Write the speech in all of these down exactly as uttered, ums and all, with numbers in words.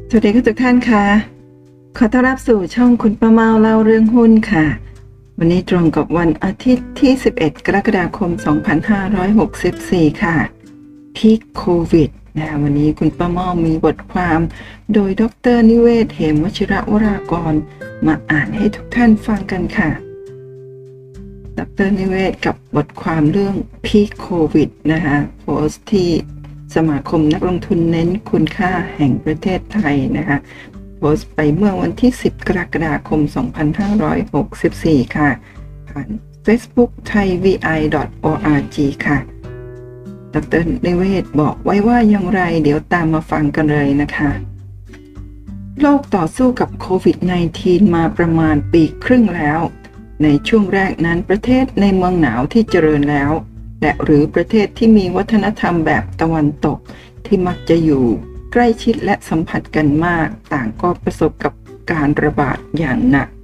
สวัสดีทุกท่านค่ะขอต้อนรับสู่ช่องคุณป้าเมาเล่าเรื่องหุ้นค่ะวันนี้ตรงกับวันอาทิตย์ที่สิบเอ็ดกรกฎาคมสองพันห้าร้อยหกสิบสี่ค่ะพีคโควิดนะวันนี้คุณป้าเมามีบทความโดยดรนิเวศ เหมวชิระวรากรมาอ่านให้ทุกท่านฟังกันค่ะดรนิเวศกับบทความเรื่องพีคโควิดนะคะโพสต์ที่สมาคมนักลงทุนเน้นคุณค่าแห่งประเทศไทยนะคะโพสต์ไปเมื่อวันที่สิบกรกฎาคมสองพันห้าร้อยหกสิบสี่ค่ะผ่าน Facebook ไทย วี ไอ ดอท โอ อาร์ จี ค่ะดรนิเวศบอกไว้ว่าอย่างไรเดี๋ยวตามมาฟังกันเลยนะคะโลกต่อสู้กับโควิด สิบเก้า มาประมาณปีครึ่งแล้วในช่วงแรกนั้นประเทศในเมืองหนาวที่เจริญแล้วและหรือประเทศที่มีวัฒนธรรมแบบตะวันตกที่มักจะอยู่ใกล้ชิดและสัมผัสกันมากต่างก็ประสบกับการระบาดอย่างหนัก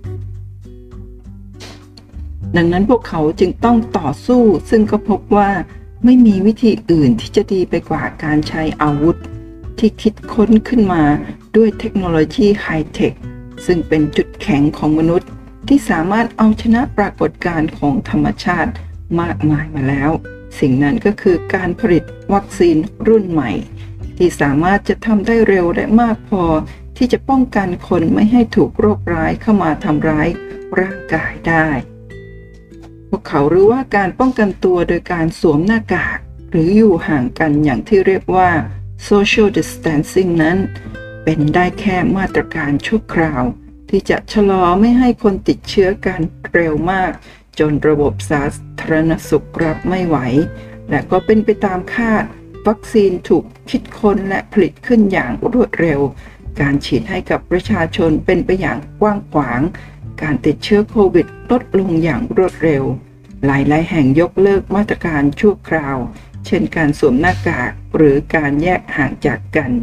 ดังนั้นพวกเขาจึงต้องต่อสู้ซึ่งก็พบว่าไม่มีวิธีอื่นที่จะดีไปกว่าการใช้อาวุธที่คิดค้นขึ้นมาด้วยเทคโนโลยีไฮเทคซึ่งเป็นจุดแข็งของมนุษย์ที่สามารถเอาชนะปรากฏการณ์ของธรรมชาติมากมายมาแล้วสิ่งนั้นก็คือการผลิตวัคซีนรุ่นใหม่ที่สามารถจะทำได้เร็วและมากพอที่จะป้องกันคนไม่ให้ถูกโรคร้ายเข้ามาทำร้ายร่างกายได้พวกเขารู้ว่าการป้องกันตัวโดยการสวมหน้ากากหรืออยู่ห่างกันอย่างที่เรียกว่า social distancing นั้นเป็นได้แค่มาตรการชั่วคราวที่จะชะลอไม่ให้คนติดเชื้อกันเร็วมากจนระบบสาธารณสุขรับไม่ไหวและก็เป็นไปตามคาดวัคซีนถูกคิดค้นและผลิตขึ้นอย่างรวดเร็วการฉีดให้กับประชาชนเป็นไปอย่างกว้างขวางการติดเชื้อโควิดลดลงอย่างรวดเร็วหลายๆแห่งยกเลิกมาตรการชั่วคราวเช่นการสวมหน้ากากหรือการแยกห่างจากกัน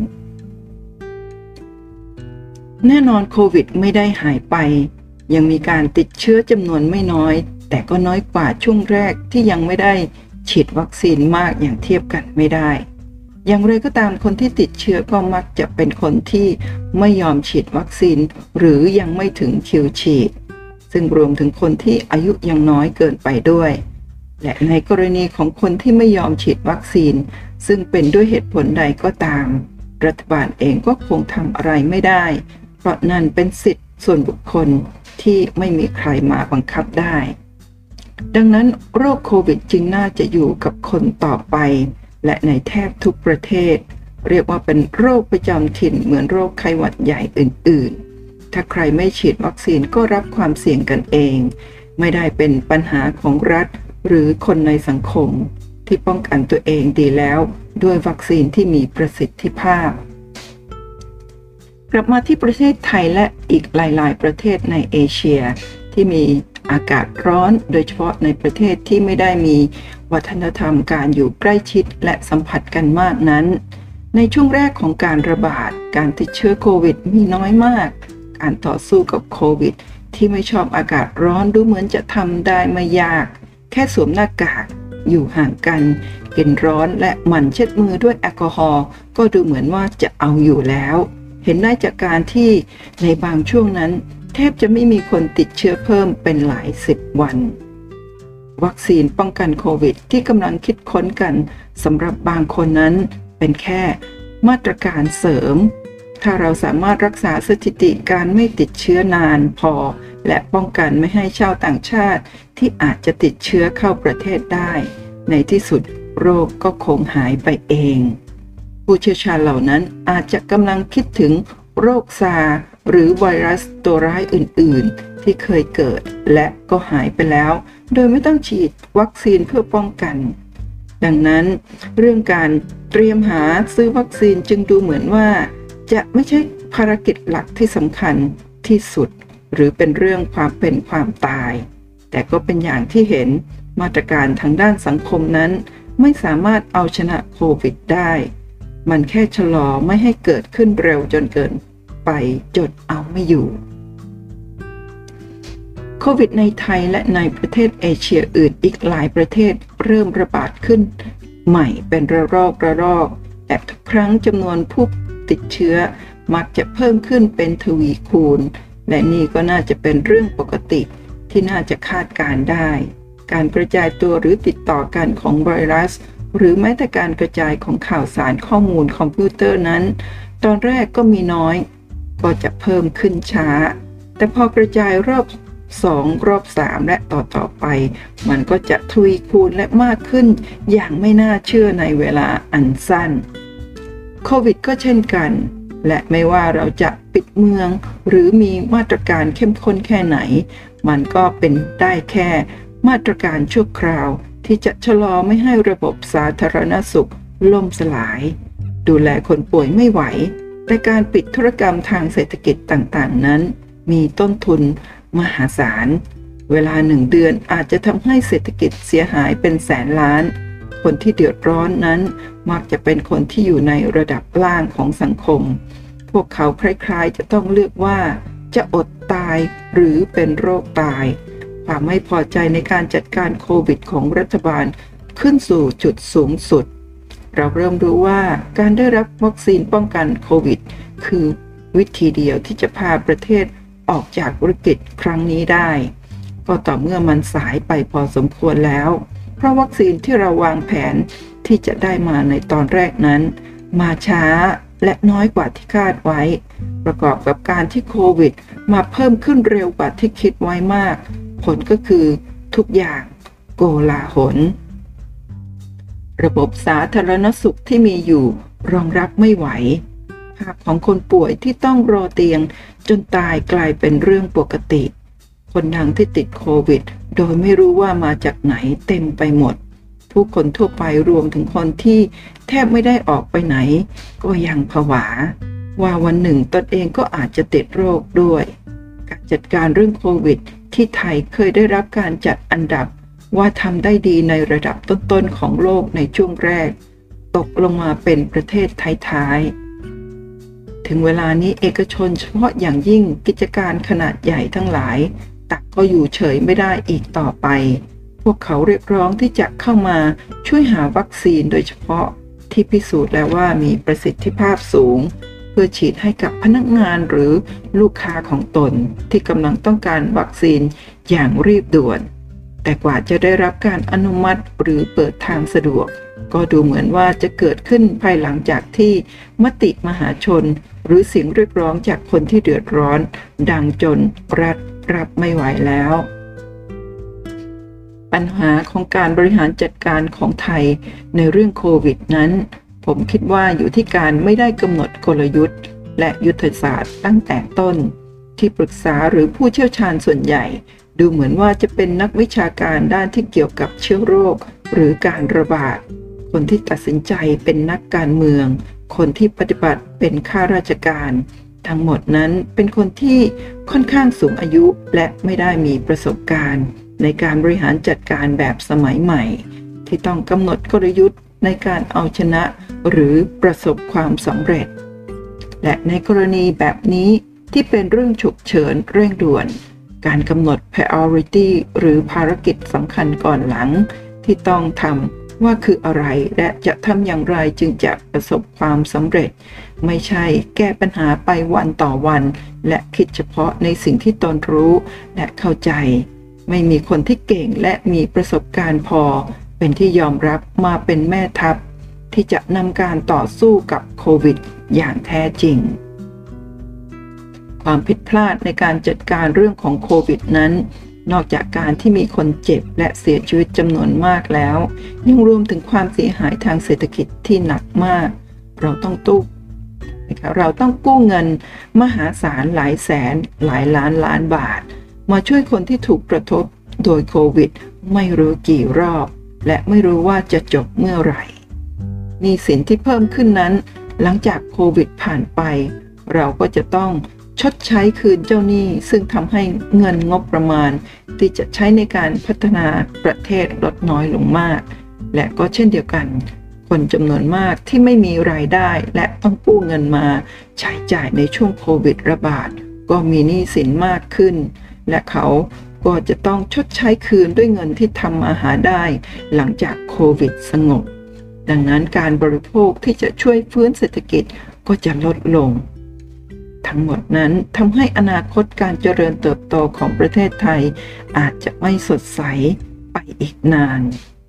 แน่นอนโควิดไม่ได้หายไปยังมีการติดเชื้อจำนวนไม่น้อยแต่ก็น้อยกว่าช่วงแรกที่ยังไม่ได้ฉีดวัคซีนมากอย่างเทียบกันไม่ได้อย่างไรก็ตามคนที่ติดเชื้อก็มักจะเป็นคนที่ไม่ยอมฉีดวัคซีนหรือยังไม่ถึงคิวฉีดซึ่งรวมถึงคนที่อายุยังน้อยเกินไปด้วยและในกรณีของคนที่ไม่ยอมฉีดวัคซีนซึ่งเป็นด้วยเหตุผลใดก็ตามรัฐบาลเองก็คงทำอะไรไม่ได้เพราะนั่นเป็นสิทธิส่วนบุคคลที่ไม่มีใครมาบังคับได้ดังนั้นโรคโควิดจึงน่าจะอยู่กับคนต่อไปและในแทบทุกประเทศเรียกว่าเป็นโรคประจำถิ่นเหมือนโรคไข้หวัดใหญ่อื่นๆถ้าใครไม่ฉีดวัคซีนก็รับความเสี่ยงกันเองไม่ได้เป็นปัญหาของรัฐหรือคนในสังคมที่ป้องกันตัวเองดีแล้วด้วยวัคซีนที่มีประสิทธิภาพกลับมาที่ประเทศไทยและอีกหลายๆประเทศในเอเชียที่มีอากาศร้อนโดยเฉพาะในประเทศที่ไม่ได้มีวัฒนธรรมการอยู่ใกล้ชิดและสัมผัสกันมากนั้นในช่วงแรกของการระบาดการติดเชื้อโควิดมีน้อยมากการต่อสู้กับโควิดที่ไม่ชอบอากาศร้อนดูเหมือนจะทำได้ไม่ยากแค่สวมหน้ากากอยู่ห่างกันกินร้อนและหมั่นเช็ดมือด้วยแอลกอฮอล์ก็ดูเหมือนว่าจะเอาอยู่แล้วเห็นได้จากการที่ในบางช่วงนั้นแทบจะไม่มีคนติดเชื้อเพิ่มเป็นหลายสิบวันวัคซีนป้องกันโควิดที่กำลังคิดค้นกันสำหรับบางคนนั้นเป็นแค่มาตรการเสริมถ้าเราสามารถรักษาสถิติการไม่ติดเชื้อนานพอและป้องกันไม่ให้ชาวต่างชาติที่อาจจะติดเชื้อเข้าประเทศได้ในที่สุดโรคก็คงหายไปเองผู้เชี่ยวชาญเหล่านั้นอาจจะกำลังคิดถึงโรคซาร์หรือไวรัสตัวร้ายอื่นๆที่เคยเกิดและก็หายไปแล้วโดยไม่ต้องฉีดวัคซีนเพื่อป้องกันดังนั้นเรื่องการเตรียมหาซื้อวัคซีนจึงดูเหมือนว่าจะไม่ใช่ภารกิจหลักที่สำคัญที่สุดหรือเป็นเรื่องความเป็นความตายแต่ก็เป็นอย่างที่เห็นมาตรการทางด้านสังคมนั้นไม่สามารถเอาชนะโควิดได้มันแค่ชะลอไม่ให้เกิดขึ้นเร็วจนเกินไปจนเอาไม่อยู่โควิดในไทยและในประเทศเอเชียอื่นอีกหลายประเทศเริ่มระบาดขึ้นใหม่เป็นระลอกระลอกและทุกครั้งจำนวนผู้ติดเชื้อมักจะเพิ่มขึ้นเป็นทวีคูณและนี่ก็น่าจะเป็นเรื่องปกติที่น่าจะคาดการณ์ได้การกระจายตัวหรือติดต่อกันของไวรัสหรือแม้แต่การกระจายของข่าวสารข้อมูลคอมพิวเตอร์นั้นตอนแรกก็มีน้อยก็จะเพิ่มขึ้นช้าแต่พอกระจายรอบสองรอบสามและต่อต่อไปมันก็จะทวีคูณและมากขึ้นอย่างไม่น่าเชื่อในเวลาอันสั้นโควิดก็เช่นกันและไม่ว่าเราจะปิดเมืองหรือมีมาตรการเข้มข้นแค่ไหนมันก็เป็นได้แค่มาตรการชั่วคราวที่จะชะลอไม่ให้ระบบสาธารณสุขล่มสลายดูแลคนป่วยไม่ไหวแต่การปิดธุรกรรมทางเศรษฐกิจต่างๆนั้นมีต้นทุนมหาศาลเวลาหนึ่งเดือนอาจจะทำให้เศรษฐกิจเสียหายเป็นแสนล้านคนที่เดือดร้อนนั้นมักจะเป็นคนที่อยู่ในระดับล่างของสังคมพวกเขาคล้ายๆจะต้องเลือกว่าจะอดตายหรือเป็นโรคตายความไม่พอใจในการจัดการโควิดของรัฐบาลขึ้นสู่จุดสูงสุดเราเริ่มรู้ว่าการได้รับวัคซีนป้องกันโควิดคือวิธีเดียวที่จะพาประเทศออกจากวิกฤตครั้งนี้ได้ก็ต่อเมื่อมันสายไปพอสมควรแล้วเพราะวัคซีนที่เราวางแผนที่จะได้มาในตอนแรกนั้นมาช้าและน้อยกว่าที่คาดไว้ประกอบกับการที่โควิดมาเพิ่มขึ้นเร็วกว่าที่คิดไว้มากผลก็คือทุกอย่างโกลาหลระบบสาธารณสุขที่มีอยู่รองรับไม่ไหวภาพของคนป่วยที่ต้องรอเตียงจนตายกลายเป็นเรื่องปกติคนดังที่ติดโควิดโดยไม่รู้ว่ามาจากไหนเต็มไปหมดผู้คนทั่วไปรวมถึงคนที่แทบไม่ได้ออกไปไหนก็ยังผวาว่าวันหนึ่งตนเองก็อาจจะติดโรคด้วยการจัดการเรื่องโควิดที่ไทยเคยได้รับการจัดอันดับว่าทำได้ดีในระดับต้นๆของโลกในช่วงแรกตกลงมาเป็นประเทศท้ายๆถึงเวลานี้เอกชนเฉพาะอย่างยิ่งกิจการขนาดใหญ่ทั้งหลายตักก็อยู่เฉยไม่ได้อีกต่อไปพวกเขาเรียกร้องที่จะเข้ามาช่วยหาวัคซีนโดยเฉพาะที่พิสูจน์แล้วว่ามีประสิทธิภาพสูงเพื่อฉีดให้กับพนักงานหรือลูกค้าของตนที่กำลังต้องการวัคซีนอย่างรีบด่วนแต่กว่าจะได้รับการอนุมัติหรือเปิดทางสะดวกก็ดูเหมือนว่าจะเกิดขึ้นภายหลังจากที่มติมหาชนหรือเสียงเรียกร้องจากคนที่เดือดร้อนดังจนรัฐรับไม่ไหวแล้วปัญหาของการบริหารจัดการของไทยในเรื่องโควิดนั้นผมคิดว่าอยู่ที่การไม่ได้กำหนดกลยุทธ์และยุทธศาสตร์ตั้งแต่ต้นที่ปรึกษาหรือผู้เชี่ยวชาญส่วนใหญ่ดูเหมือนว่าจะเป็นนักวิชาการด้านที่เกี่ยวกับเชื้อโรคหรือการระบาดคนที่ตัดสินใจเป็นนักการเมืองคนที่ปฏิบัติเป็นข้าราชการทั้งหมดนั้นเป็นคนที่ค่อนข้างสูงอายุและไม่ได้มีประสบการณ์ในการบริหารจัดการแบบสมัยใหม่ที่ต้องกำหนดกลยุทธ์ในการเอาชนะหรือประสบความสำเร็จและในกรณีแบบนี้ที่เป็นเรื่องฉุกเฉินเร่งด่วนการกำหนด priority หรือภารกิจสำคัญก่อนหลังที่ต้องทำว่าคืออะไรและจะทำอย่างไรจึงจะประสบความสำเร็จไม่ใช่แก้ปัญหาไปวันต่อวันและคิดเฉพาะในสิ่งที่ตนรู้และเข้าใจไม่มีคนที่เก่งและมีประสบการณ์พอเป็นที่ยอมรับมาเป็นแม่ทัพที่จะนำการต่อสู้กับโควิดอย่างแท้จริงความผิดพลาดในการจัดการเรื่องของโควิดนั้นนอกจากการที่มีคนเจ็บและเสียชีวิตจำนวนมากแล้วยังรวมถึงความเสียหายทางเศรษฐกิจที่หนักมากเราต้องตู้นะคะเราต้องกู้เงินมหาศาลหลายแสนหลายล้านล้านบาทมาช่วยคนที่ถูกกระทบโดยโควิดไม่รู้กี่รอบและไม่รู้ว่าจะจบเมื่อไหร่หนี้สินที่เพิ่มขึ้นนั้นหลังจากโควิดผ่านไปเราก็จะต้องชดใช้คืนเจ้าหนี้ซึ่งทำให้เงินงบประมาณที่จะใช้ในการพัฒนาประเทศลดน้อยลงมากและก็เช่นเดียวกันคนจำนวนมากที่ไม่มีรายได้และต้องกู้เงินมาใช้จ่ายในช่วงโควิดระบาดก็มีหนี้สินมากขึ้นและเขาก็จะต้องชดใช้คืนด้วยเงินที่ทำมาหาได้หลังจากโควิดสงบดังนั้นการบริโภคที่จะช่วยฟื้นเศรษฐกิจก็จะลดลงทั้งหมดนั้นทำให้อนาคตการเจริญเติบโตของประเทศไทยอาจจะไม่สดใสไปอีกนาน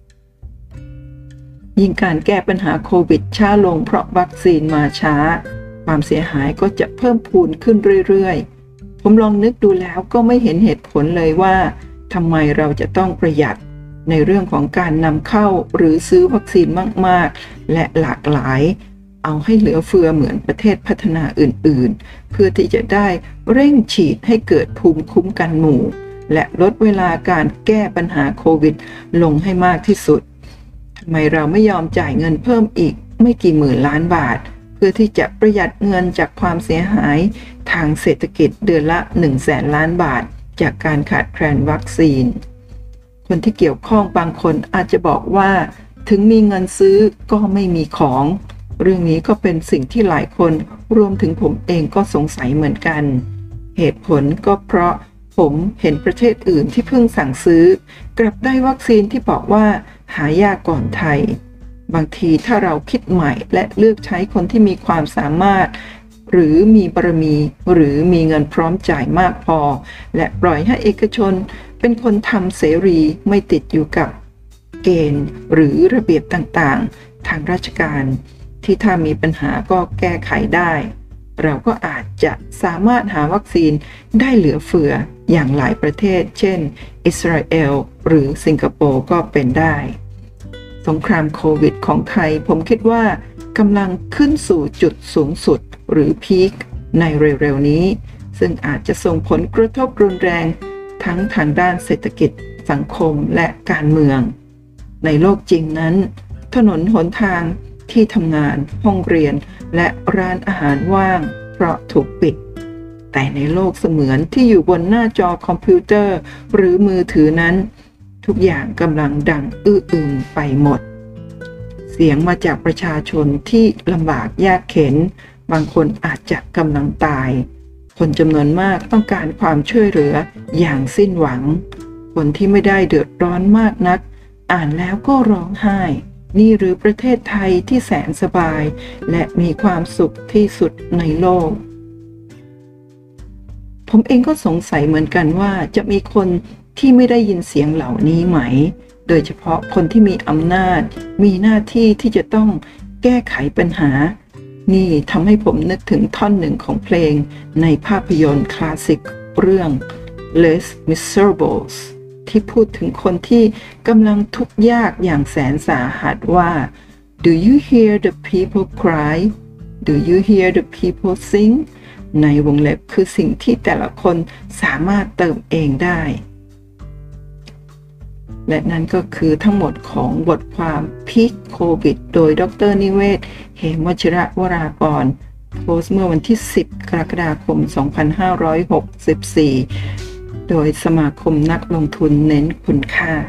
ยิ่งการแก้ปัญหาโควิดช้าลงเพราะวัคซีนมาช้าความเสียหายก็จะเพิ่มพูนขึ้นเรื่อยๆผมลองนึกดูแล้วก็ไม่เห็นเหตุผลเลยว่าทำไมเราจะต้องประหยัดในเรื่องของการนำเข้าหรือซื้อวัคซีนมากๆและหลากหลายเอาให้เหลือเฟือเหมือนประเทศพัฒนาอื่นๆเพื่อที่จะได้เร่งฉีดให้เกิดภูมิคุ้มกันหมู่และลดเวลาการแก้ปัญหาโควิดลงให้มากที่สุดทำไมเราไม่ยอมจ่ายเงินเพิ่มอีกไม่กี่หมื่นล้านบาทเพื่อที่จะประหยัดเงินจากความเสียหายทางเศรษฐกิจเดือนละหนึ่งแสนล้านบาทจากการขาดแคลนวัคซีนคนที่เกี่ยวข้องบางคนอาจจะบอกว่าถึงมีเงินซื้อก็ไม่มีของเรื่องนี้ก็เป็นสิ่งที่หลายคนรวมถึงผมเองก็สงสัยเหมือนกันเหตุผลก็เพราะผมเห็นประเทศอื่นที่เพิ่งสั่งซื้อกลับได้วัคซีนที่บอกว่าหายากก่อนไทยบางทีถ้าเราคิดใหม่และเลือกใช้คนที่มีความสามารถหรือมีบารมีหรือมีเงินพร้อมจ่ายมากพอและปล่อยให้เอกชนเป็นคนทำเสรีไม่ติดอยู่กับเกณฑ์หรือระเบียบต่างๆทางราชการที่ถ้ามีปัญหาก็แก้ไขได้เราก็อาจจะสามารถหาวัคซีนได้เหลือเฟืออย่างหลายประเทศเช่นอิสราเอลหรือสิงคโปร์ก็เป็นได้สงครามโควิดของไทยผมคิดว่ากำลังขึ้นสู่จุดสูงสุดหรือพีคในเร็วๆนี้ซึ่งอาจจะส่งผลกระทบรุนแรงทั้งทางด้านเศรษฐกิจสังคมและการเมืองในโลกจริงนั้นถนนหนทางที่ทำงานห้องเรียนและร้านอาหารว่างเพราะถูกปิดแต่ในโลกเสมือนที่อยู่บนหน้าจอคอมพิวเตอร์หรือมือถือนั้นทุกอย่างกำลังดังอื้ออึงไปหมดเสียงมาจากประชาชนที่ลำบากยากเข็ญบางคนอาจจะกำลังตายคนจำนวนมากต้องการความช่วยเหลืออย่างสิ้นหวังคนที่ไม่ได้เดือดร้อนมากนักอ่านแล้วก็ร้องไห้นี่หรือประเทศไทยที่แสนสบายและมีความสุขที่สุดในโลกผมเองก็สงสัยเหมือนกันว่าจะมีคนที่ไม่ได้ยินเสียงเหล่านี้ไหมโดยเฉพาะคนที่มีอำนาจมีหน้าที่ที่จะต้องแก้ไขปัญหานี่ทำให้ผมนึกถึงท่อนหนึ่งของเพลงในภาพยนตร์คลาสสิกเรื่อง Les Miserables ที่พูดถึงคนที่กำลังทุกข์ยากอย่างแสนสาหัสว่า Do you hear the people cry? Do you hear the people sing? ในวงเล็บคือสิ่งที่แต่ละคนสามารถเติมเองได้และนั่นก็คือทั้งหมดของบทความพีคโควิดโดยดร.นิเวศน์ เหมวชิระวรากรโพสต์เมื่อวันที่สิบกรกฎาคมสองพันห้าร้อยหกสิบสี่โดยสมาคมนักลงทุนเน้นคุณค่า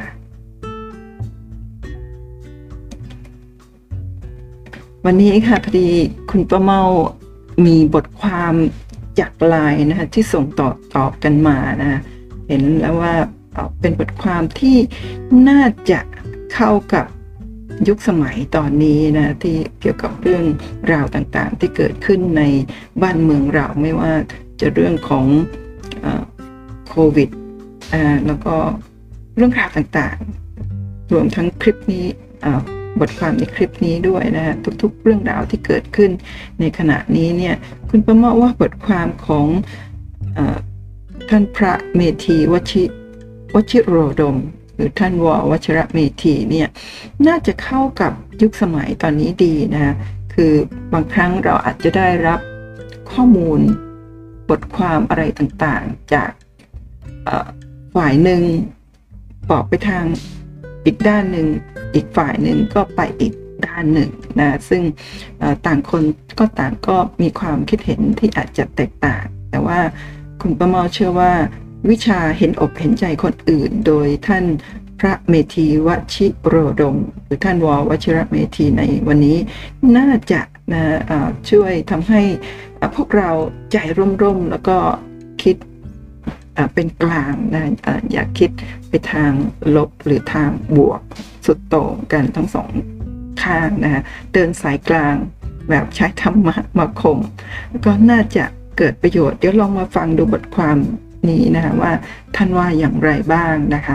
วันนี้ค่ะพอดีคุณประเมามีบทความจากไลน์นะคะที่ส่งต่อต่อกันมานะเห็นแล้วว่าเป็นบทความที่น่าจะเข้ากับยุคสมัยตอนนี้นะที่เกี่ยวกับเรื่องราวต่างๆที่เกิดขึ้นในบ้านเมืองเราไม่ว่าจะเรื่องของเอ่อโควิดอ่าแล้วก็เรื่องราวต่างๆรวมทั้งคลิปนี้อ่าบทความในคลิปนี้ด้วยนะทุกๆเรื่องราวที่เกิดขึ้นในขณะนี้เนี่ยคุณประเมาว่าบทความของเอ่อท่านพระเมธีวชิวชิโรดมหรือท่านววชิระเมธีเนี่ยน่าจะเข้ากับยุคสมัยตอนนี้ดีนะคือบางครั้งเราอาจจะได้รับข้อมูลบทความอะไรต่างๆจากฝ่ายหนึ่งบอกไปทางอีกด้านหนึ่งอีกฝ่ายหนึ่งก็ไปอีกด้านหนึ่งนะซึ่งต่างคนก็ต่างก็มีความคิดเห็นที่อาจจะแตกต่างแต่ว่าคุณประเมาเชื่อว่าวิชาเห็นอกเห็นใจคนอื่นโดยท่านพระเมธีวชิโรดมหรือท่านววชิระเมธีในวันนี้น่าจะนะช่วยทำให้พวกเราใจร่มๆแล้วก็คิดเป็นกลางนะอย่าคิดไปทางลบหรือทางบวกสุดโต่งกันทั้งสองข้างนะเดินสายกลางแบบใช้ธรรมะมาข่มก็น่าจะเกิดประโยชน์เดี๋ยวลองมาฟังดูบทความนี้นะคะว่าท่านว่าอย่างไรบ้างนะคะ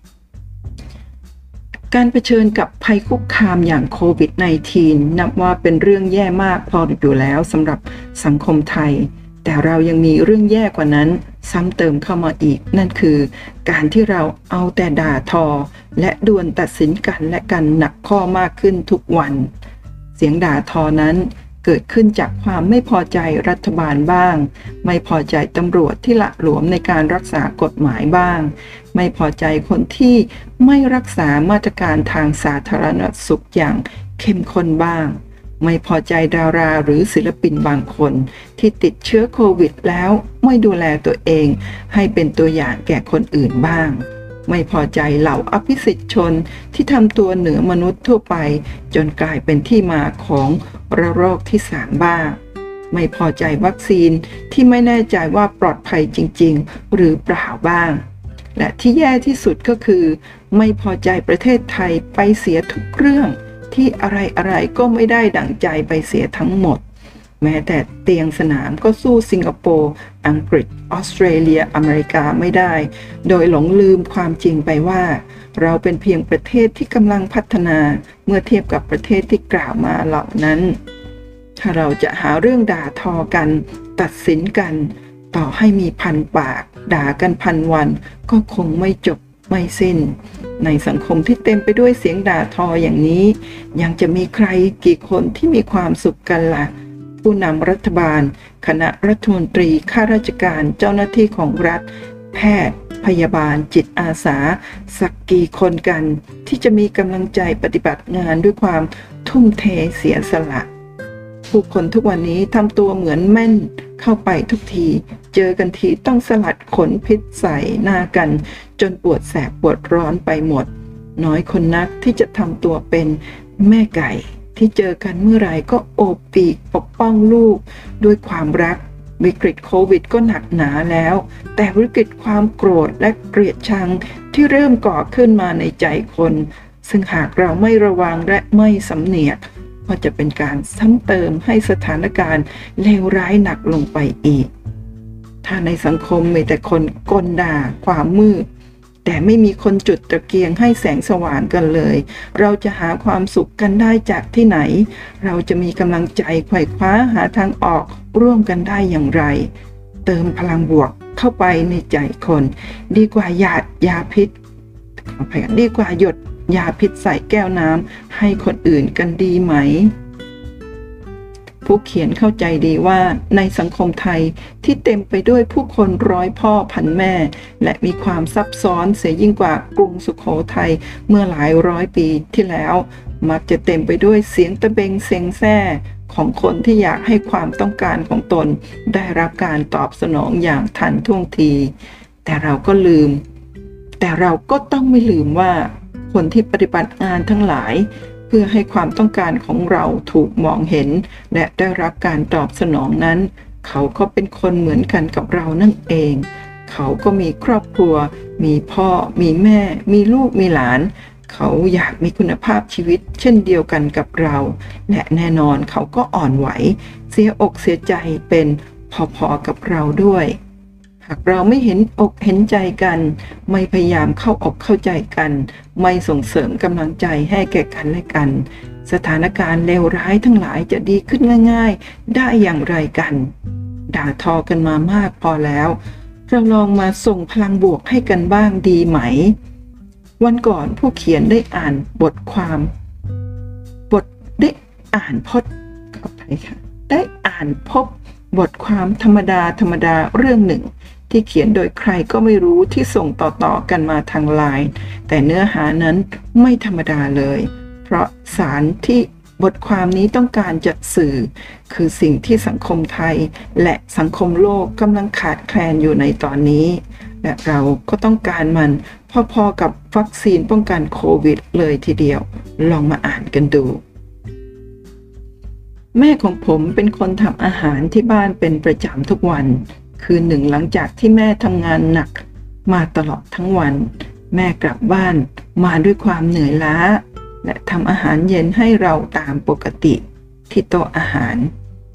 การเผชิญกับภัยคุกคามอย่างโควิด สิบเก้า นับว่าเป็นเรื่องแย่มากพออยู่แล้วสำหรับสังคมไทยแต่เรายังมีเรื่องแย่กว่านั้นซ้ำเติมเข้ามาอีกนั่นคือการที่เราเอาแต่ด่าทอและดวลตัดสินกันและกันหนักข้อมากขึ้นทุกวันเสียงด่าทอนั้นเกิดขึ้นจากความไม่พอใจรัฐบาลบ้างไม่พอใจตำรวจที่ละหลวมในการรักษากฎหมายบ้างไม่พอใจคนที่ไม่รักษามาตรการทางสาธารณสุขอย่างเข้มข้นบ้างไม่พอใจดาราหรือศิลปินบางคนที่ติดเชื้อโควิดแล้วไม่ดูแลตัวเองให้เป็นตัวอย่างแก่คนอื่นบ้างไม่พอใจเหล่าอภิสิทธิชนที่ทำตัวเหนือมนุษย์ทั่วไปจนกลายเป็นที่มาของระลอกที่สามบ้างไม่พอใจวัคซีนที่ไม่แน่ใจว่าปลอดภัยจริงๆหรือเปล่าบ้างและที่แย่ที่สุดก็คือไม่พอใจประเทศไทยไปเสียทุกเรื่องที่อะไรๆก็ไม่ได้ดั่งใจไปเสียทั้งหมดแม้แต่เตียงสนามก็สู้สิงคโปร์อังกฤษออสเตรเลียอเมริกาไม่ได้โดยหลงลืมความจริงไปว่าเราเป็นเพียงประเทศที่กำลังพัฒนาเมื่อเทียบกับประเทศที่กล่าวมาเหล่านั้นถ้าเราจะหาเรื่องด่าทอกันตัดสินกันต่อให้มีพันปากด่ากันพันวันก็คงไม่จบไม่สิ้นในสังคมที่เต็มไปด้วยเสียงด่าทออย่างนี้ยังจะมีใครกี่คนที่มีความสุขกันล่ะผู้นำรัฐบาลคณะรัฐมนตรีข้าราชการเจ้าหน้าที่ของรัฐแพทย์พยาบาลจิตอาสาสักกี่คนกันที่จะมีกำลังใจปฏิบัติงานด้วยความทุ่มเทเสียสละผู้คนทุกวันนี้ทำตัวเหมือนแม่นเข้าไปทุกทีเจอกันทีต้องสลัดขนพิษใส่หน้ากันจนปวดแสบปวดร้อนไปหมดน้อยคนนักที่จะทำตัวเป็นแม่ไก่ที่เจอกันเมื่อไหร่ก็โอบปีกปกป้องลูกด้วยความรักวิกฤตโควิดก็หนักหนาแล้วแต่วิกฤตความโกรธและเกลียดชังที่เริ่มก่อขึ้นมาในใจคนซึ่งหากเราไม่ระวังและไม่สำเนียกก็จะเป็นการซ้ำเติมให้สถานการณ์เลวร้ายหนักลงไปอีกถ้าในสังคมมีแต่คนกลด่าความมืดแต่ไม่มีคนจุดตะเกียงให้แสงสว่างกันเลยเราจะหาความสุขกันได้จากที่ไหนเราจะมีกำลังใจไขว่คว้าหาทางออกร่วมกันได้อย่างไรเติมพลังบวกเข้าไปในใจคนดีกว่าหยาดยาพิษดีกว่าหยดยาพิษใส่แก้วน้ำให้คนอื่นกันดีไหมผู้เขียนเข้าใจดีว่าในสังคมไทยที่เต็มไปด้วยผู้คนร้อยพ่อพันแม่และมีความซับซ้อนเสียยิ่งกว่ากรุงสุโขทัยเมื่อหลายร้อยปีที่แล้วมักจะเต็มไปด้วยเสียงตะเบงเซ็งแซ่ของคนที่อยากให้ความต้องการของตนได้รับการตอบสนองอย่างทันท่วงทีแต่เราก็ลืมแต่เราก็ต้องไม่ลืมว่าคนที่ปฏิบัติงานทั้งหลายเพื่อให้ความต้องการของเราถูกมองเห็นและได้รับการตอบสนองนั้นเขาก็เป็นคนเหมือนกันกับเรานั่นเองเขาก็มีครอบครัวมีพ่อมีแม่มีลูกมีหลานเขาอยากมีคุณภาพชีวิตเช่นเดียวกันกับเราและแน่นอนเขาก็อ่อนไหวเสียอกเสียใจเป็นพอๆกับเราด้วยหากเราไม่เห็นอกเห็นใจกันไม่พยายามเข้าอกเข้าใจกันไม่ส่งเสริมกำลังใจให้แก่กันและกันสถานการณ์เลวร้ายทั้งหลายจะดีขึ้นง่ายๆได้อย่างไรกันด่าทอกันมามากพอแล้วเราลองมาส่งพลังบวกให้กันบ้างดีไหมวันก่อนผู้เขียนได้อ่านบทความบทได้อ่านพจน์ขออภัยค่ะได้อ่านพบบทความธรรมดาธรรมดาเรื่องหนึ่งที่เขียนโดยใครก็ไม่รู้ที่ส่งต่อๆกันมาทางไลน์แต่เนื้อหานั้นไม่ธรรมดาเลยเพราะสารที่บทความนี้ต้องการจะสื่อคือสิ่งที่สังคมไทยและสังคมโลกกำลังขาดแคลนอยู่ในตอนนี้และเราก็ต้องการมันพอๆกับวัคซีนป้องกันโควิดเลยทีเดียวลองมาอ่านกันดูแม่ของผมเป็นคนทำอาหารที่บ้านเป็นประจำทุกวันคืนหนึ่งหลังจากที่แม่ทำงานหนักมาตลอดทั้งวันแม่กลับบ้านมาด้วยความเหนื่อยล้าและทำอาหารเย็นให้เราตามปกติที่โต๊ะอาหาร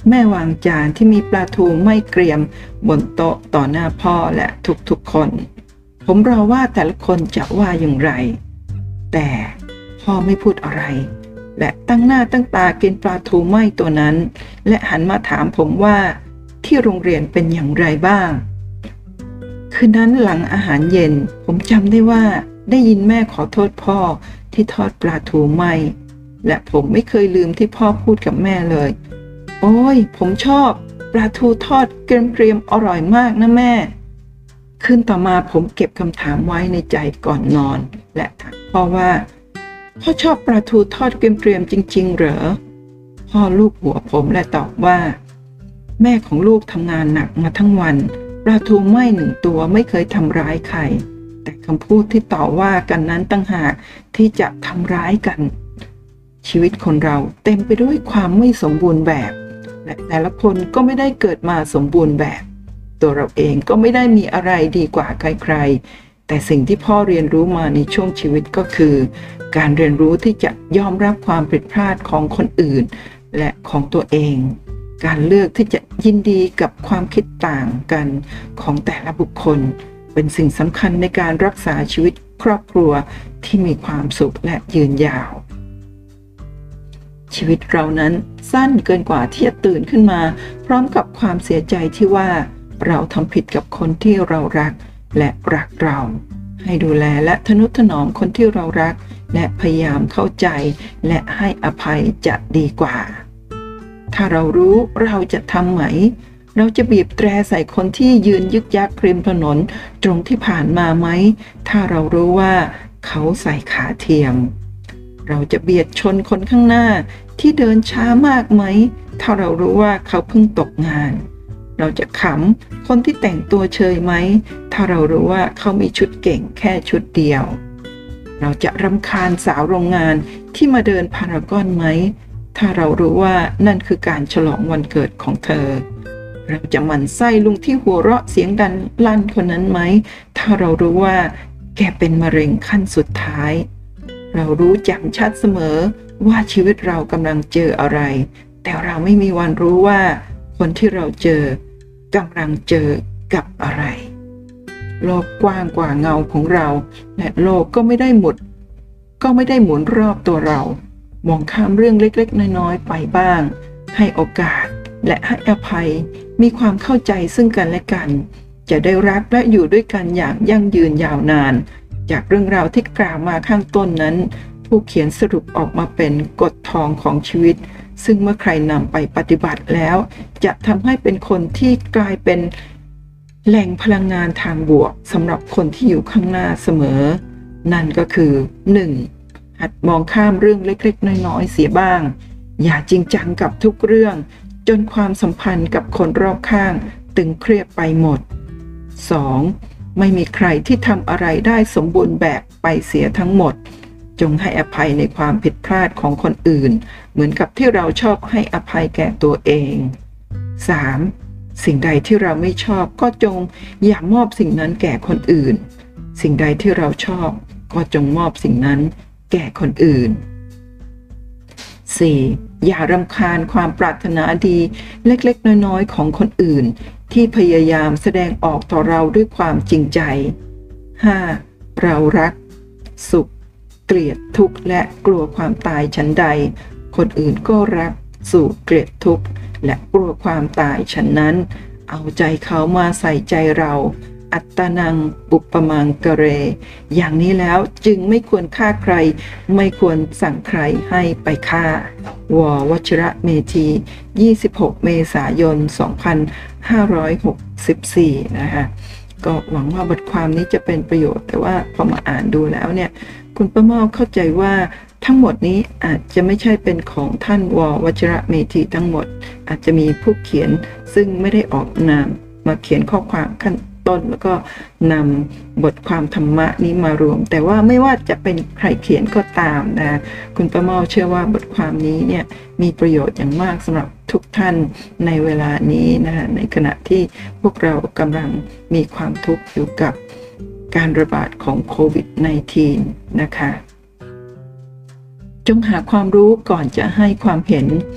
แม่วางจานที่มีปลาทูไม่เกรียมบนโต๊ะต่อหน้าพ่อและทุกๆคนผมรอว่าแต่ละคนจะว่าอย่างไรแต่พ่อไม่พูดอะไรและตั้งหน้าตั้งตากินปลาทูไหม้ตัวนั้นและหันมาถามผมว่าที่โรงเรียนเป็นอย่างไรบ้างคืนนั้นหลังอาหารเย็นผมจำได้ว่าได้ยินแม่ขอโทษพ่อที่ทอดปลาทูไหม้และผมไม่เคยลืมที่พ่อพูดกับแม่เลยโอ้ยผมชอบปลาทูทอดเกรียมๆอร่อยมากนะแม่คืนต่อมาผมเก็บคำถามไว้ในใจก่อนนอนและถามพ่อว่าพ่อชอบปลาทูทอดเกรียมๆจริงๆเหรอพ่อลูบหัวผมและตอบว่าแม่ของลูกทำงานหนักมาทั้งวันปลาทูไหม้หนึ่งตัวไม่เคยทำร้ายใครแต่คำพูดที่ต่อว่ากันนั้นต่างหากที่จะทำร้ายกันชีวิตคนเราเต็มไปด้วยความไม่สมบูรณ์แบบและแต่ละคนก็ไม่ได้เกิดมาสมบูรณ์แบบตัวเราเองก็ไม่ได้มีอะไรดีกว่าใครๆแต่สิ่งที่พ่อเรียนรู้มาในช่วงชีวิตก็คือการเรียนรู้ที่จะยอมรับความผิดพลาดของคนอื่นและของตัวเองการเลือกที่จะยินดีกับความคิดต่างกันของแต่ละบุคคลเป็นสิ่งสำคัญในการรักษาชีวิตครอบครัวที่มีความสุขและยืนยาวชีวิตเรานั้นสั้นเกินกว่าที่จะตื่นขึ้นมาพร้อมกับความเสียใจที่ว่าเราทำผิดกับคนที่เรารักและรักเราให้ดูแลและทนุถนอมคนที่เรารักและพยายามเข้าใจและให้อภัยจะดีกว่าถ้าเรารู้เราจะทำไหมเราจะบีบแตรใส่คนที่ยืนยึกยักริมถนนตรงที่ผ่านมาไหมถ้าเรารู้ว่าเขาใส่ขาเทียมเราจะเบียดชนคนข้างหน้าที่เดินช้ามากไหมถ้าเรารู้ว่าเขาเพิ่งตกงานเราจะขำคนที่แต่งตัวเชยไหมถ้าเรารู้ว่าเขามีชุดเก่งแค่ชุดเดียวเราจะรำคาญสาวโรงงานที่มาเดินพารากอนไหมถ้าเรารู้ว่านั่นคือการฉลองวันเกิดของเธอเราจะหมั่นไส้ลุงที่หัวเราะเสียงดังลั่นคนนั้นไหมถ้าเรารู้ว่าแกเป็นมะเร็งขั้นสุดท้ายเรารู้แจ่มชัดเสมอว่าชีวิตเรากำลังเจออะไรแต่เราไม่มีวันรู้ว่าคนที่เราเจอกำลังเจอกับอะไรโลกกว้างกว่าเงาของเราและโลกก็ไม่ได้หมุนก็ไม่ได้หมุนรอบตัวเรามองข้ามเรื่องเล็กๆน้อยๆไปบ้างให้โอกาสและให้อภัยมีความเข้าใจซึ่งกันและกันจะได้รักและอยู่ด้วยกันอย่างยั่งยืนยาวนานจากเรื่องราวที่กล่าวมาข้างต้นนั้นผู้เขียนสรุปออกมาเป็นกฎทองของชีวิตซึ่งเมื่อใครนำไปปฏิบัติแล้วจะทำให้เป็นคนที่กลายเป็นแหล่งพลังงานทางบวกสำหรับคนที่อยู่ข้างหน้าเสมอนั่นก็คือ หนึ่ง หัดมองข้ามเรื่องเล็กๆน้อยๆเสียบ้างอย่าจริงจังกับทุกเรื่องจนความสัมพันธ์กับคนรอบข้างตึงเครียดไปหมด สอง ไม่มีใครที่ทำอะไรได้สมบูรณ์แบบไปเสียทั้งหมดจงให้อภัยในความผิดพลาดของคนอื่นเหมือนกับที่เราชอบให้อภัยแก่ตัวเอง สาม สิ่งใดที่เราไม่ชอบก็จงอย่ามอบสิ่งนั้นแก่คนอื่นสิ่งใดที่เราชอบก็จงมอบสิ่งนั้นแก่คนอื่น สี่ อย่ารำคาญความปรารถนาดีเล็กๆน้อยๆของคนอื่นที่พยายามแสดงออกต่อเราด้วยความจริงใจ ห้า เรารักสุขเกลียดทุกข์และกลัวความตายฉันใดคนอื่นก็รักสุขเกลียดทุกข์และกลัวความตายฉันนั้นเอาใจเขามาใส่ใจเราอัตตานังอุปมังกะเรอย่างนี้แล้วจึงไม่ควรฆ่าใครไม่ควรสั่งใครให้ไปฆ่าววชระเมธียี่สิบหกเมษายนสองพันห้าร้อยหกสิบสี่นะคะก็หวังว่าบทความนี้จะเป็นประโยชน์แต่ว่าพอมาอ่านดูแล้วเนี่ยคุณป้าเมาเข้าใจว่าทั้งหมดนี้อาจจะไม่ใช่เป็นของท่านววชระเมธีทั้งหมดอาจจะมีผู้เขียนซึ่งไม่ได้ออกนามมาเขียนข้อความขั้นต้นแล้วก็นำบทความธรรมะนี้มารวมแต่ว่าไม่ว่าจะเป็นใครเขียนก็ตามนะคุณป้าเมาเชื่อว่าบทความนี้เนี่ยมีประโยชน์อย่างมากสำหรับทุกท่านในเวลานี้นะในขณะที่พวกเรากำลังมีความทุกข์อยู่กับการระบาดของโควิด สิบเก้า นะคะจงหาความรู้ก่อนจะให้ความเห็น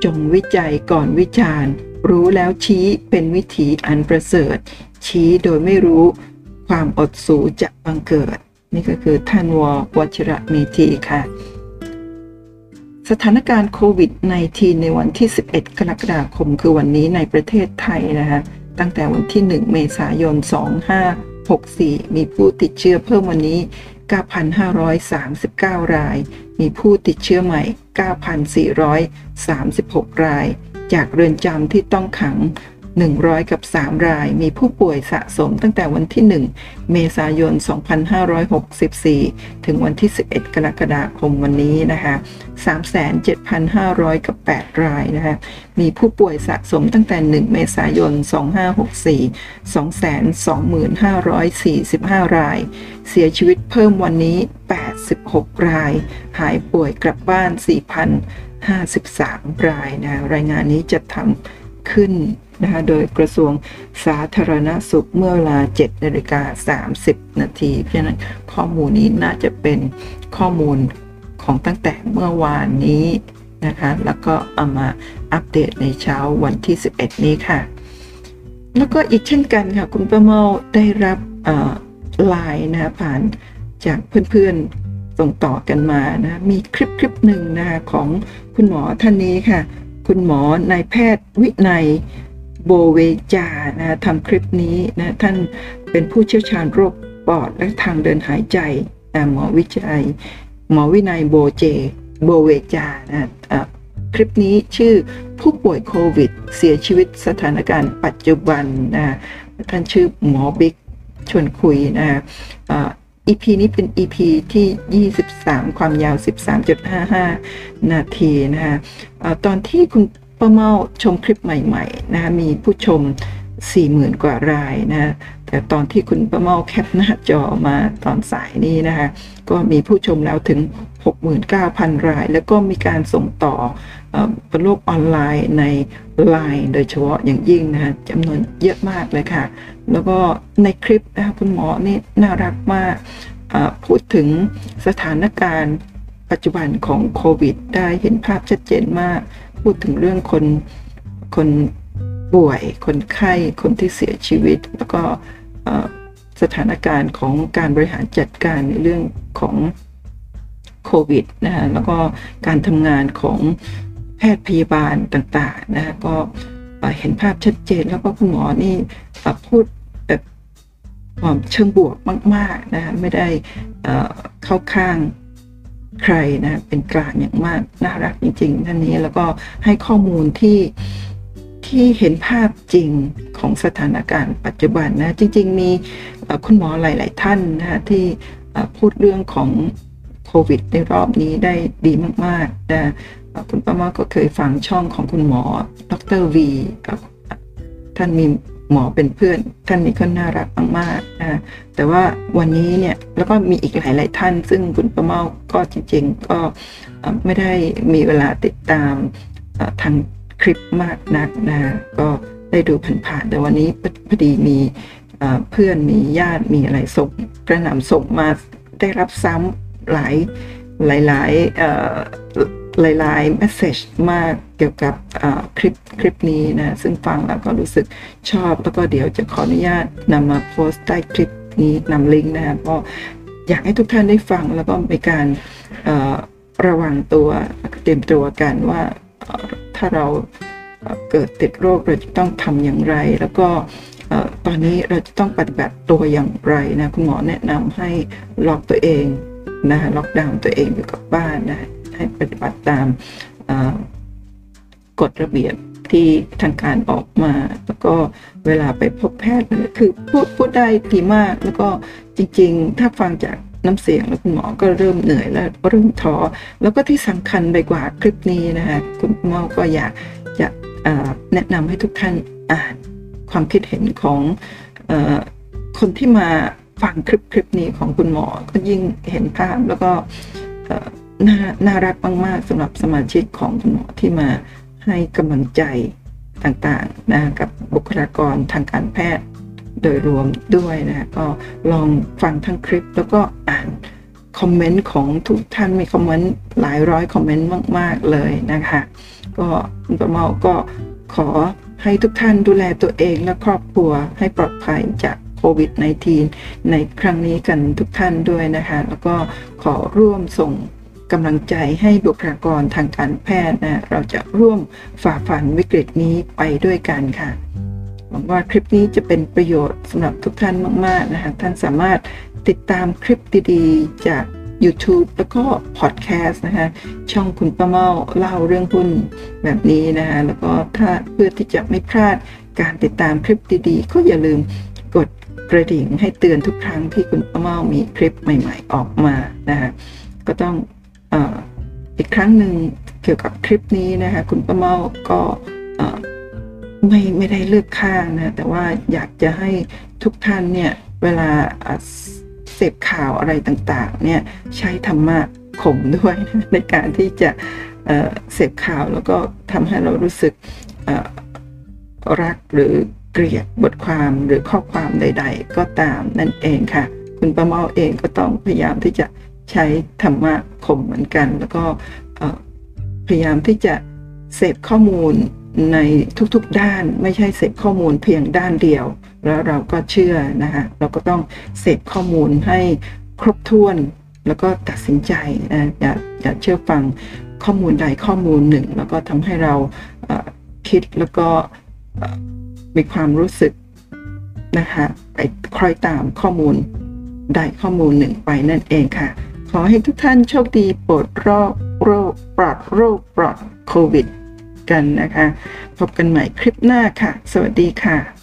จงวิจัยก่อนวิจารณ์รู้แล้วชี้เป็นวิถีอันประเสริฐชี้โดยไม่รู้ความอดสูจะบังเกิดนี่ก็คือท่านววชิระเมธีค่ะสถานการณ์โควิด สิบเก้า ในวันที่สิบเอ็ดกรกฎาคมคือวันนี้ในประเทศไทยนะคะตั้งแต่วันที่หนึ่งเมษายนสองพันห้าร้อยหกสิบสี่มีผู้ติดเชื้อเพิ่มวันนี้ เก้าพันห้าร้อยสามสิบเก้า รายมีผู้ติดเชื้อใหม่ เก้าพันสี่ร้อยสามสิบหก รายจากเรือนจำที่ต้องขังหนึ่งร้อยกับสามรายมีผู้ป่วยสะสมตั้งแต่วันที่หนึ่งเมษายนสองพันห้าร้อยหกสิบสี่ถึงวันที่สิบเอ็ดกรกฎาคมวันนี้นะคะ สามแสนเจ็ดพันห้าร้อยกับแปดรายนะคะมีผู้ป่วยสะสมตั้งแต่หนึ่งเมษายนสองพันห้าร้อยหกสิบสี่ สองแสนสองหมื่นห้าร้อยสี่สิบห้ารายเสียชีวิตเพิ่มวันนี้แปดสิบหกรายหายป่วยกลับบ้าน สี่พันห้าสิบสาม รายนะรายงานนี้จะทำขึ้นนะคะโดยกระทรวงสาธารณสุขเมื่อเวลา เจ็ดนาฬิกาสามสิบนาทีเพราะฉะนั้นข้อมูลนี้น่าจะเป็นข้อมูลของตั้งแต่เมื่อวานนี้นะคะแล้วก็เอามาอัปเดตในเช้าวันที่สิบเอ็ดนี้ค่ะแล้วก็อีกเช่นกันค่ะคุณป้าเมาได้รับไลน์นะคะผ่านจากเพื่อนๆส่งต่อกันมานะมีคลิปคลิปหนึ่งนะคะของคุณหมอท่านนี้ค่ะคุณหมอนายแพทย์วินัยโบเวจานะทำคลิปนี้นะท่านเป็นผู้เชี่ยวชาญโรคปอดและทางเดินหายใจหมอวิจัยหมอวินัยโบเจโบเวจานะคลิปนี้ชื่อผู้ป่วยโควิดเสียชีวิตสถานการณ์ปัจจุบันนะท่านชื่อหมอบิ๊กชวนคุยนะอี พี นี้เป็น อี พี ที่ยี่สิบสามความยาว สิบสามจุดห้าห้า นาทีนะคะตอนที่คุณป้าเมาชมคลิปใหม่ๆนะคะมีผู้ชม สี่หมื่น กว่ารายนะแต่ตอนที่คุณป้าเมาแคปหน้าจอมาตอนสายนี้นะคะก็มีผู้ชมแล้วถึง หกหมื่นเก้าพัน รายแล้วก็มีการส่งต่อบนโลกออนไลน์ใน ไลน์ โดยเฉพาะอย่างยิ่งนะคะจำนวนเยอะมากเลยค่ะแล้วก็ในคลิปนะคะคุณหมอนี่น่ารักมากพูดถึงสถานการณ์ปัจจุบันของโควิดได้เห็นภาพชัดเจนมากพูดถึงเรื่องคนคนป่วยคนไข้คนที่เสียชีวิตแล้วก็สถานการณ์ของการบริหารจัดการในเรื่องของโควิดนะฮะแล้วก็การทำงานของแพทย์พยาบาลต่างๆนะฮะก็เห็นภาพชัดเจนแล้วก็คุณหมอนี่พูดแบบความเชิงบวกมากๆนะฮะไม่ได้เข้าข้างใครนะเป็นกลางอย่างมากน่ารักจริงๆท่านนี้แล้วก็ให้ข้อมูลที่ที่เห็นภาพจริงของสถานการณ์ปัจจุบันนะจริงๆมีคุณหมอหลายๆท่านนะที่พูดเรื่องของโควิดในรอบนี้ได้ดีมากๆนะคุณป้ามาก็เคยฟังช่องของคุณหมอดรวีท่านมีหมอเป็นเพื่อนท่านนี้ก็น่ารักมากๆนะแต่ว่าวันนี้เนี่ยแล้วก็มีอีกหลายๆท่านซึ่งคุณป้าเมาก็จริงๆก็ไม่ได้มีเวลาติดตามทางคลิปมากนักนะก็ได้ดูผ่านๆแต่วันนี้พอดีมีเพื่อนมีญาติมีอะไรส่งกระหน่ำส่งมาได้รับซ้ำหลายหลายๆหลายๆเมสเซจมากเกี่ยวกับคลิปคลิปนี้นะซึ่งฟังแล้วก็รู้สึกชอบแล้วก็เดี๋ยวจะขออนุญาตนำมาโพสต์ใต้คลิปนี้นำลิงก์นะเพราะอยากให้ทุกท่านได้ฟังแล้วก็มีการระวังตัวเตรียมตัวกันว่าถ้าเราเกิดติดโรคเราจะต้องทำอย่างไรแล้วก็ตอนนี้เราจะต้องปฏิบัติตัวอย่างไรนะคุณหมอแนะนำให้ล็อกตัวเองนะล็อกดาวน์ตัวเองอยู่กับบ้านนะให้ปฏิบัติตามกฎระเบียบที่ทางการออกมาแล้วก็เวลาไปพบแพทย์คือพูดพูดได้ดีมากแล้วก็จริงๆถ้าฟังจากน้ำเสียงแล้วคุณหมอก็เริ่มเหนื่อยแล้วเริ่มท้อแล้วก็ที่สำคัญไปกว่าคลิปนี้นะคะคุณหมอก็อยากจะแนะนำให้ทุกท่านอ่านความคิดเห็นของคนที่มาฟังคลิปคลิปนี้ของคุณหมอก็ยิ่งเห็นภาพแล้วก็น่าน่ารักมากๆสำหรับสมาชิกของคุณหมอที่มาให้กำลังใจต่างๆนะกับบุคลากรทางการแพทย์โดยรวมด้วยนะก็ลองฟังทั้งคลิปแล้วก็อ่านคอมเมนต์ของทุกท่านมีคอมเมนต์หลายร้อยคอมเมนต์มากๆเลยนะคะก็คุณประเมาก็ขอให้ทุกท่านดูแลตัวเองและครอบครัวให้ปลอดภัยจากโควิด สิบเก้า ในครั้งนี้กันทุกท่านด้วยนะคะแล้วก็ขอร่วมส่งกำลังใจให้บุคลากรทางการแพทย์นะเราจะร่วมฝ่าฟันวิกฤตนี้ไปด้วยกันค่ะหวังว่าคลิปนี้จะเป็นประโยชน์สำหรับทุกท่านมากๆนะคะท่านสามารถติดตามคลิปดีๆจาก YouTube แล้วก็พอดแคสต์นะคะช่องคุณป้าเมาเล่าเรื่องหุ้นแบบนี้นะคะแล้วก็ถ้าเพื่อที่จะไม่พลาดการติดตามคลิปดีๆก็อย่าลืมกดกระดิ่งให้เตือนทุกครั้งที่คุณป้าเมามีคลิปใหม่ๆออกมานะคะก็ต้องเอ่ออีกครั้งหนึ่งเกี่ยวกับคลิปนี้นะคะคุณป้าเมาก็เอ่อไม่ไม่ได้เลือกข้างนะแต่ว่าอยากจะให้ทุกท่านเนี่ยเวลาเสพข่าวอะไรต่างๆเนี่ยใช้ธรรมะข่มด้วยนะในการที่จะเอ่อเสพข่าวแล้วก็ทำให้เรารู้สึกเอ่อรักหรือเกลียดบทความหรือข้อความใดๆก็ตามนั่นเองค่ะคุณป้าเมาเองก็ต้องพยายามที่จะใช้ธรรมะข่มเหมือนกันแล้วก็พยายามที่จะเสพข้อมูลในทุกๆด้านไม่ใช่เสพข้อมูลเพียงด้านเดียวแล้วเราก็เชื่อนะคะเราก็ต้องเสพข้อมูลให้ครบถ้วนแล้วก็ตัดสินใจนะอย่าอย่าเชื่อฟังข้อมูลใดข้อมูลหนึ่งแล้วก็ทำให้เราคิดแล้วก็มีความรู้สึกนะคะไปคล้อยตามข้อมูลใดข้อมูลหนึ่งไปนั่นเองค่ะขอให้ทุกท่านโชคดีปลอดโรคโรคปลอดโรคปลอดโควิดกันนะคะพบกันใหม่คลิปหน้าค่ะสวัสดีค่ะ